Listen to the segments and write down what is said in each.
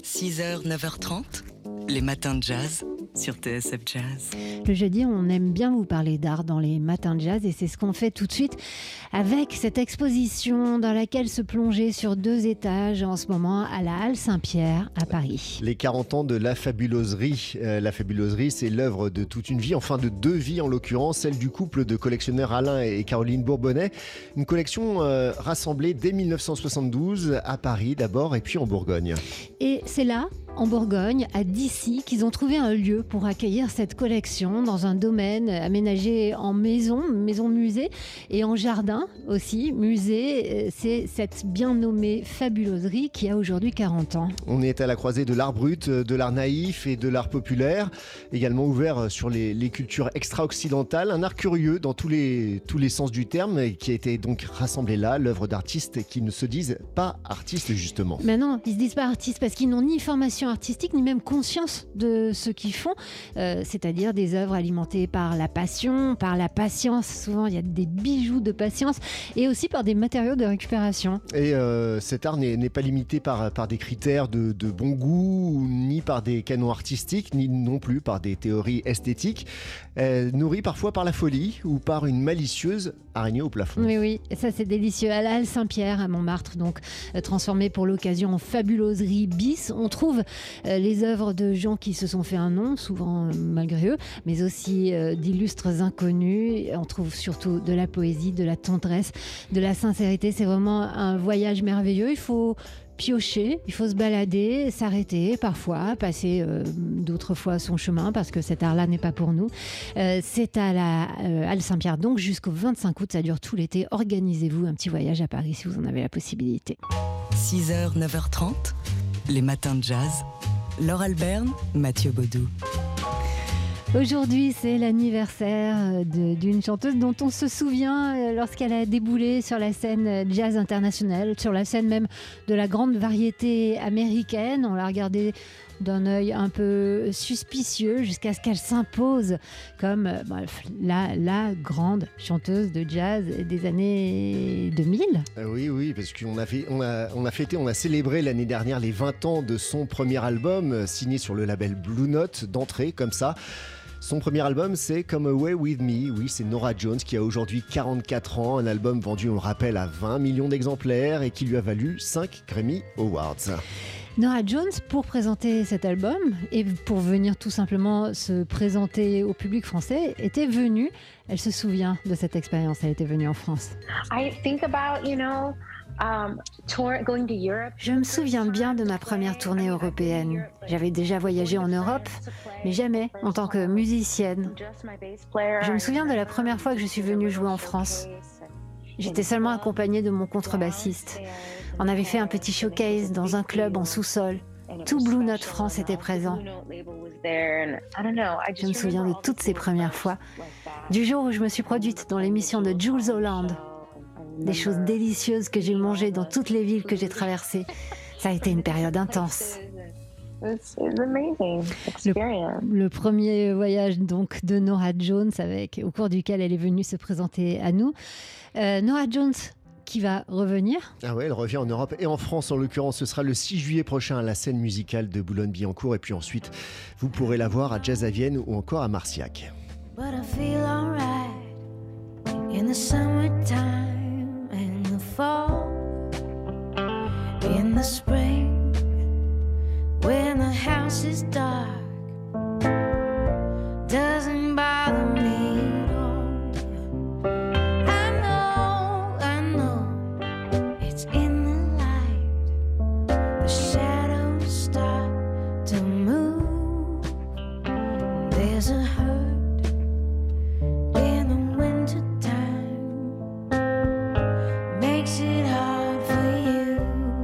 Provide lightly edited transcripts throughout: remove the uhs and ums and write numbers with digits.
6h, 9h30, les matins de jazz sur TSF Jazz. Le jeudi, on aime bien vous parler d'art dans les matins de jazz et c'est ce qu'on fait tout de suite avec cette exposition dans laquelle se plonger sur 2 étages en ce moment à la Halle Saint-Pierre à Paris. Les 40 ans de La Fabuloserie. La Fabuloserie, c'est l'œuvre de toute une vie, enfin de 2 vies en l'occurrence, celle du couple de collectionneurs Alain et Caroline Bourbonnais. Une collection rassemblée dès 1972 à Paris d'abord et puis en Bourgogne. Et c'est là, en Bourgogne, à Dissy, qu'ils ont trouvé un lieu pour accueillir cette collection dans un domaine aménagé en maison musée et en jardin aussi, musée. C'est cette bien nommée Fabuloserie qui a aujourd'hui 40 ans. On est à la croisée de l'art brut, de l'art naïf et de l'art populaire, également ouvert sur les cultures extra-occidentales, un art curieux dans tous les sens du terme qui a été donc rassemblé là, l'œuvre d'artistes qui ne se disent pas artistes justement. Mais non, ils se disent pas artistes parce qu'ils n'ont ni formation artistique ni même conscience de ce qu'ils font, c'est-à-dire des œuvres alimentées par la passion, par la patience. Souvent il y a des bijoux de patience et aussi par des matériaux de récupération. Et cet art n'est pas limité par des critères de bon goût, ni par des canons artistiques, ni non plus par des théories esthétiques, nourries parfois par la folie ou par une malicieuse araignée au plafond. Oui, et ça c'est délicieux. À la Halle Saint-Pierre à Montmartre, donc transformée pour l'occasion en Fabuloserie bis, on trouve les œuvres de gens qui se sont fait un nom, souvent malgré eux, mais aussi d'illustres inconnus. On trouve surtout de la poésie, de la tendresse, de la sincérité. C'est vraiment un voyage merveilleux. Il faut piocher, il faut se balader, s'arrêter parfois, passer d'autres fois son chemin parce que cet art-là n'est pas pour nous. C'est à la Halle Saint-Pierre, donc jusqu'au 25 août, ça dure tout l'été. Organisez-vous un petit voyage à Paris si vous en avez la possibilité. 6h, 9h30, les matins de jazz. Laure Alberne, Mathieu Baudou. Aujourd'hui, c'est l'anniversaire d'une chanteuse dont on se souvient lorsqu'elle a déboulé sur la scène jazz internationale, sur la scène même de la grande variété américaine. On l'a regardée d'un œil un peu suspicieux jusqu'à ce qu'elle s'impose comme la grande chanteuse de jazz des années 2000. Oui, parce qu'on a célébré l'année dernière les 20 ans de son premier album signé sur le label Blue Note d'entrée comme ça. Son premier album, c'est Come Away With Me. Oui, c'est Norah Jones qui a aujourd'hui 44 ans. Un album vendu, on le rappelle, à 20 millions d'exemplaires et qui lui a valu 5 Grammy Awards. Norah Jones, pour présenter cet album et pour venir tout simplement se présenter au public français, était venue. Elle se souvient de cette expérience. Elle était venue en France. Je me souviens bien de ma première tournée européenne. J'avais déjà voyagé en Europe, mais jamais en tant que musicienne. Je me souviens de la première fois que je suis venue jouer en France. J'étais seulement accompagnée de mon contrebassiste. On avait fait un petit showcase dans un club en sous-sol. Tout Blue Note France était présent. Je me souviens de toutes ces premières fois. Du jour où je me suis produite dans l'émission de Jools Holland. Des choses délicieuses que j'ai mangées dans toutes les villes que j'ai traversées. Ça a été une période intense. Le premier voyage donc de Norah Jones au cours duquel elle est venue se présenter à nous. Norah Jones qui va revenir. Ah ouais, elle revient en Europe et en France en l'occurrence. Ce sera le 6 juillet prochain à la scène musicale de Boulogne-Billancourt et puis ensuite vous pourrez la voir à Jazz à Vienne ou encore à Marciac. But I feel alright in the summertime, in the fall, in the spring, when the house is dark, doesn't bother me at all. I know, it's in the light, the shadows start to move, there's a hurt in the wintertime, makes it hard for you.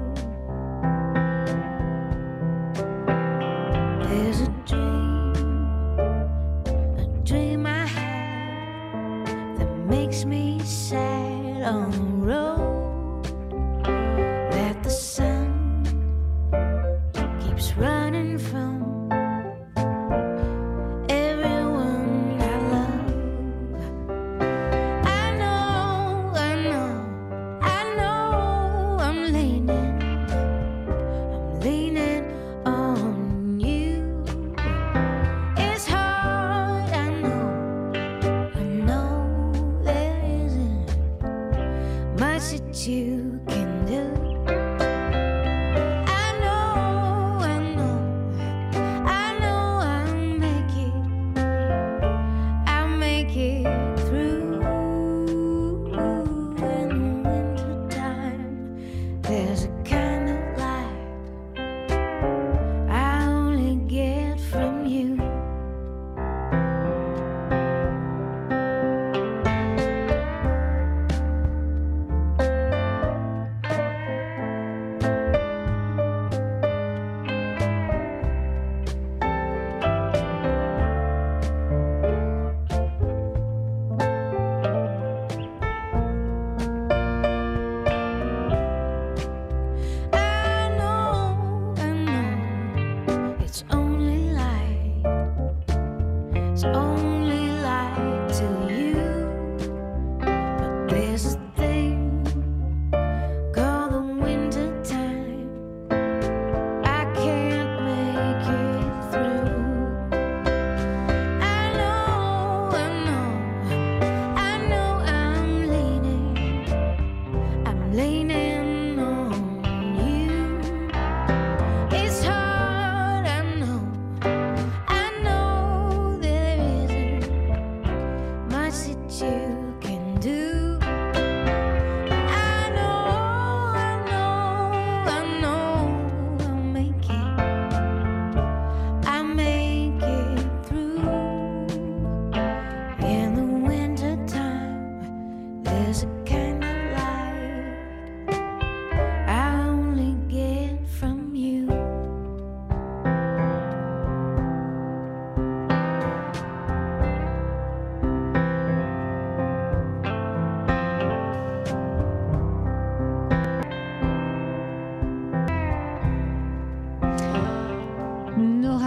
There's a dream I have that makes me sad on the road, that the sun keeps running from everyone I love. I know I'm leaning on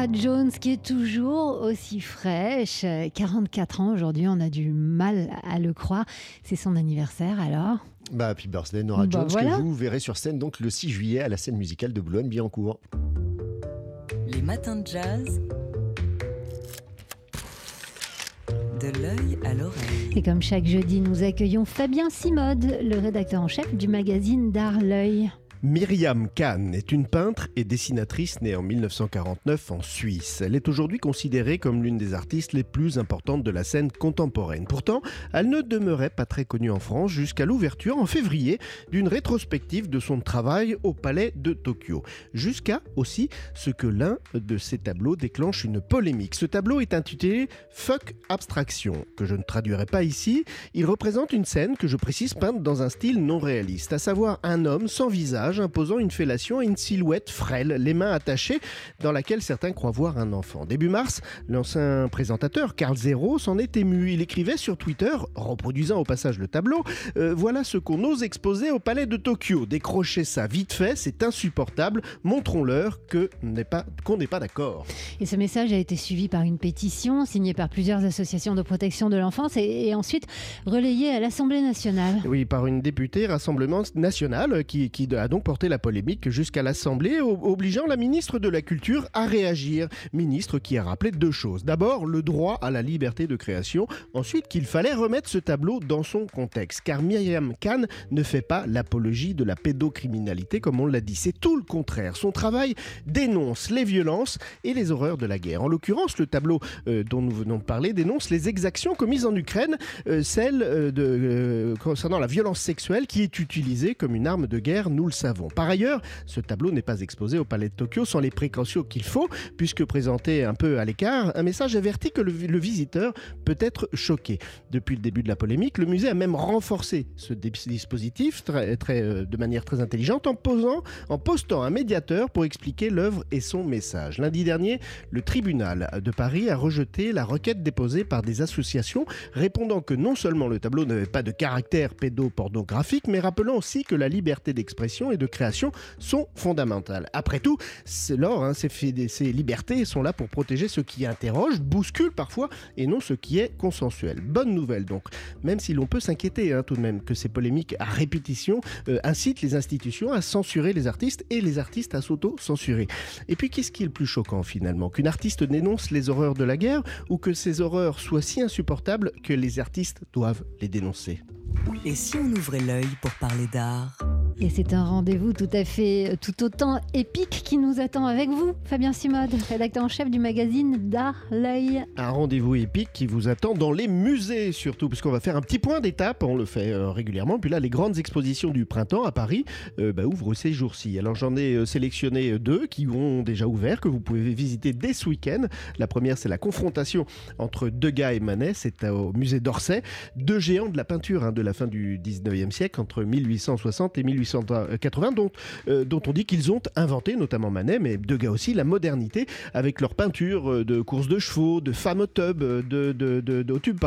Norah Jones qui est toujours aussi fraîche. 44 ans aujourd'hui, on a du mal à le croire. C'est son anniversaire alors. Happy birthday Norah Jones, voilà. que vous verrez sur scène donc le 6 juillet à la scène musicale de Boulogne-Billancourt. Les matins de jazz. De l'œil à l'oreille. Et comme chaque jeudi, nous accueillons Fabien Simode, le rédacteur en chef du magazine d'art L'œil. Myriam Kahn est une peintre et dessinatrice née en 1949 en Suisse. Elle est aujourd'hui considérée comme l'une des artistes les plus importantes de la scène contemporaine. Pourtant, elle ne demeurait pas très connue en France jusqu'à l'ouverture en février d'une rétrospective de son travail au Palais de Tokyo. Jusqu'à aussi ce que l'un de ses tableaux déclenche une polémique. Ce tableau est intitulé « Fuck Abstraction », que je ne traduirai pas ici. Il représente une scène que je précise peinte dans un style non réaliste, à savoir un homme sans visage imposant une fellation à une silhouette frêle, les mains attachées, dans laquelle certains croient voir un enfant. Début mars, l'ancien présentateur Karl Zero s'en est ému. Il écrivait sur Twitter, reproduisant au passage le tableau, voilà ce qu'on ose exposer au Palais de Tokyo. Décrochez ça vite fait, c'est insupportable. Montrons-leur qu'on n'est pas d'accord. Et ce message a été suivi par une pétition signée par plusieurs associations de protection de l'enfance et ensuite relayée à l'Assemblée nationale. Oui, par une députée Rassemblement national qui a donc porté la polémique jusqu'à l'Assemblée, obligeant la ministre de la Culture à réagir. Ministre qui a rappelé deux choses. D'abord, le droit à la liberté de création. Ensuite, qu'il fallait remettre ce tableau dans son contexte. Car Myriam Kahn ne fait pas l'apologie de la pédocriminalité, comme on l'a dit. C'est tout le contraire. Son travail dénonce les violences et les horreurs de la guerre. En l'occurrence, le tableau dont nous venons de parler dénonce les exactions commises en Ukraine, concernant la violence sexuelle qui est utilisée comme une arme de guerre, nous le savons. Par ailleurs, ce tableau n'est pas exposé au Palais de Tokyo sans les précautions qu'il faut, puisque présenté un peu à l'écart, un message avertit que le visiteur peut être choqué. Depuis le début de la polémique, le musée a même renforcé ce dispositif de manière très intelligente en postant un médiateur pour expliquer l'œuvre et son message. Lundi dernier, le tribunal de Paris a rejeté la requête déposée par des associations répondant que non seulement le tableau n'avait pas de caractère pédopornographique, mais rappelant aussi que la liberté d'expression et de création sont fondamentales. Après tout, ces libertés sont là pour protéger ceux qui interrogent, bousculent parfois, et non ce qui est consensuel. Bonne nouvelle donc, même si l'on peut s'inquiéter tout de même que ces polémiques à répétition incitent les institutions à censurer les artistes et les artistes à s'auto-censurer. Et puis qu'est-ce qui est le plus choquant finalement? Qu'une artiste dénonce les horreurs de la guerre ou que ces horreurs soient si insupportables que les artistes doivent les dénoncer? Et si on ouvrait l'œil pour parler d'art? Et c'est un rendez-vous tout autant épique qui nous attend avec vous, Fabien Simode, rédacteur en chef du magazine d'art L'œil. Un rendez-vous épique qui vous attend dans les musées surtout, puisqu'on va faire un petit point d'étape, on le fait régulièrement. Puis là, les grandes expositions du printemps à Paris ouvrent ces jours-ci. Alors j'en ai sélectionné deux qui ont déjà ouvert, que vous pouvez visiter dès ce week-end. La première, c'est la confrontation entre Degas et Manet, c'est au musée d'Orsay. Deux géants de la peinture de la fin du 19e siècle, entre 1860 et 1880, dont on dit qu'ils ont inventé, notamment Manet, mais Degas aussi, la modernité, avec leur peinture de courses de chevaux, de femmes au tub, au tube,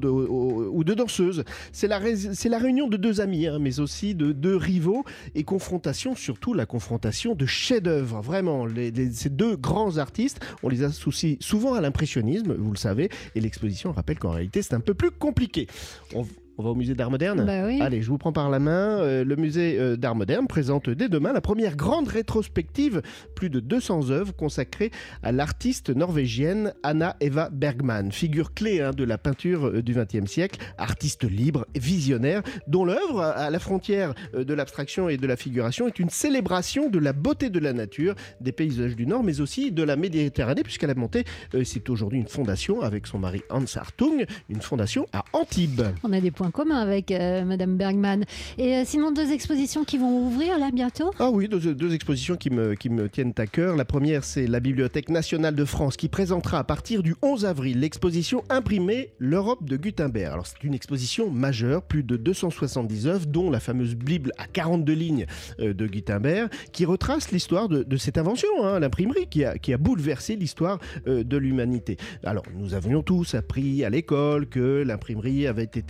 ou de danseuses. C'est la réunion de deux amis, mais aussi de deux rivaux, et confrontation, surtout la confrontation de chefs-d'œuvre. Vraiment, ces deux grands artistes, on les associe souvent à l'impressionnisme, vous le savez, et l'exposition rappelle qu'en réalité, c'est un peu plus compliqué. On va au musée d'art moderne ? Bah oui. Allez, je vous prends par la main. Le musée d'art moderne présente dès demain la première grande rétrospective, plus de 200 œuvres consacrées à l'artiste norvégienne Anna Eva Bergman, figure clé de la peinture du XXe siècle, artiste libre, visionnaire, dont l'œuvre, à la frontière de l'abstraction et de la figuration, est une célébration de la beauté de la nature, des paysages du Nord, mais aussi de la Méditerranée, puisqu'elle a monté, c'est aujourd'hui une fondation avec son mari Hans Hartung, une fondation à Antibes. On a des points communs avec Madame Bergman. Et sinon, deux expositions qui vont ouvrir là bientôt ? Ah oui, deux expositions qui me tiennent à cœur. La première, c'est la Bibliothèque nationale de France qui présentera à partir du 11 avril l'exposition imprimée L'Europe de Gutenberg. Alors c'est une exposition majeure, plus de 270 œuvres, dont la fameuse Bible à 42 lignes de Gutenberg, qui retrace l'histoire de cette invention, l'imprimerie, qui a bouleversé l'histoire de l'humanité. Alors nous avions tous appris à l'école que l'imprimerie avait été inventée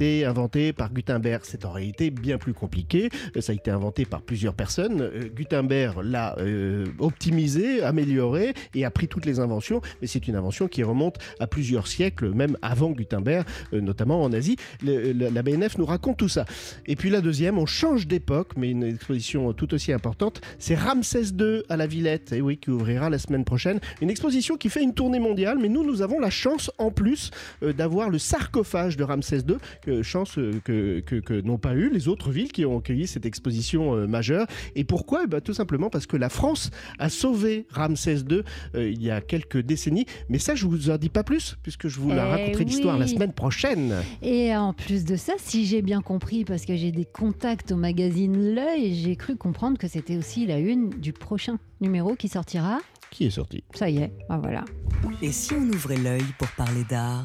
inventé par Gutenberg. C'est en réalité bien plus compliqué. Ça a été inventé par plusieurs personnes. Gutenberg l'a optimisé, amélioré et a pris toutes les inventions. Mais c'est une invention qui remonte à plusieurs siècles, même avant Gutenberg, notamment en Asie. La BNF nous raconte tout ça. Et puis la deuxième, on change d'époque, mais une exposition tout aussi importante, c'est Ramsès II à la Villette, et oui, qui ouvrira la semaine prochaine. Une exposition qui fait une tournée mondiale, mais nous avons la chance en plus d'avoir le sarcophage de Ramsès II, chance que n'ont pas eu les autres villes qui ont accueilli cette exposition majeure. Et pourquoi ? Tout simplement parce que la France a sauvé Ramsès II il y a quelques décennies, mais ça je vous en dis pas plus, puisque je vous la raconterai l'histoire la semaine prochaine. Et en plus de ça, si j'ai bien compris, parce que j'ai des contacts au magazine L'Œil, j'ai cru comprendre que c'était aussi la une du prochain numéro qui sortira. Qui est sorti ? Ça y est, voilà. Et si on ouvrait l'œil pour parler d'art ?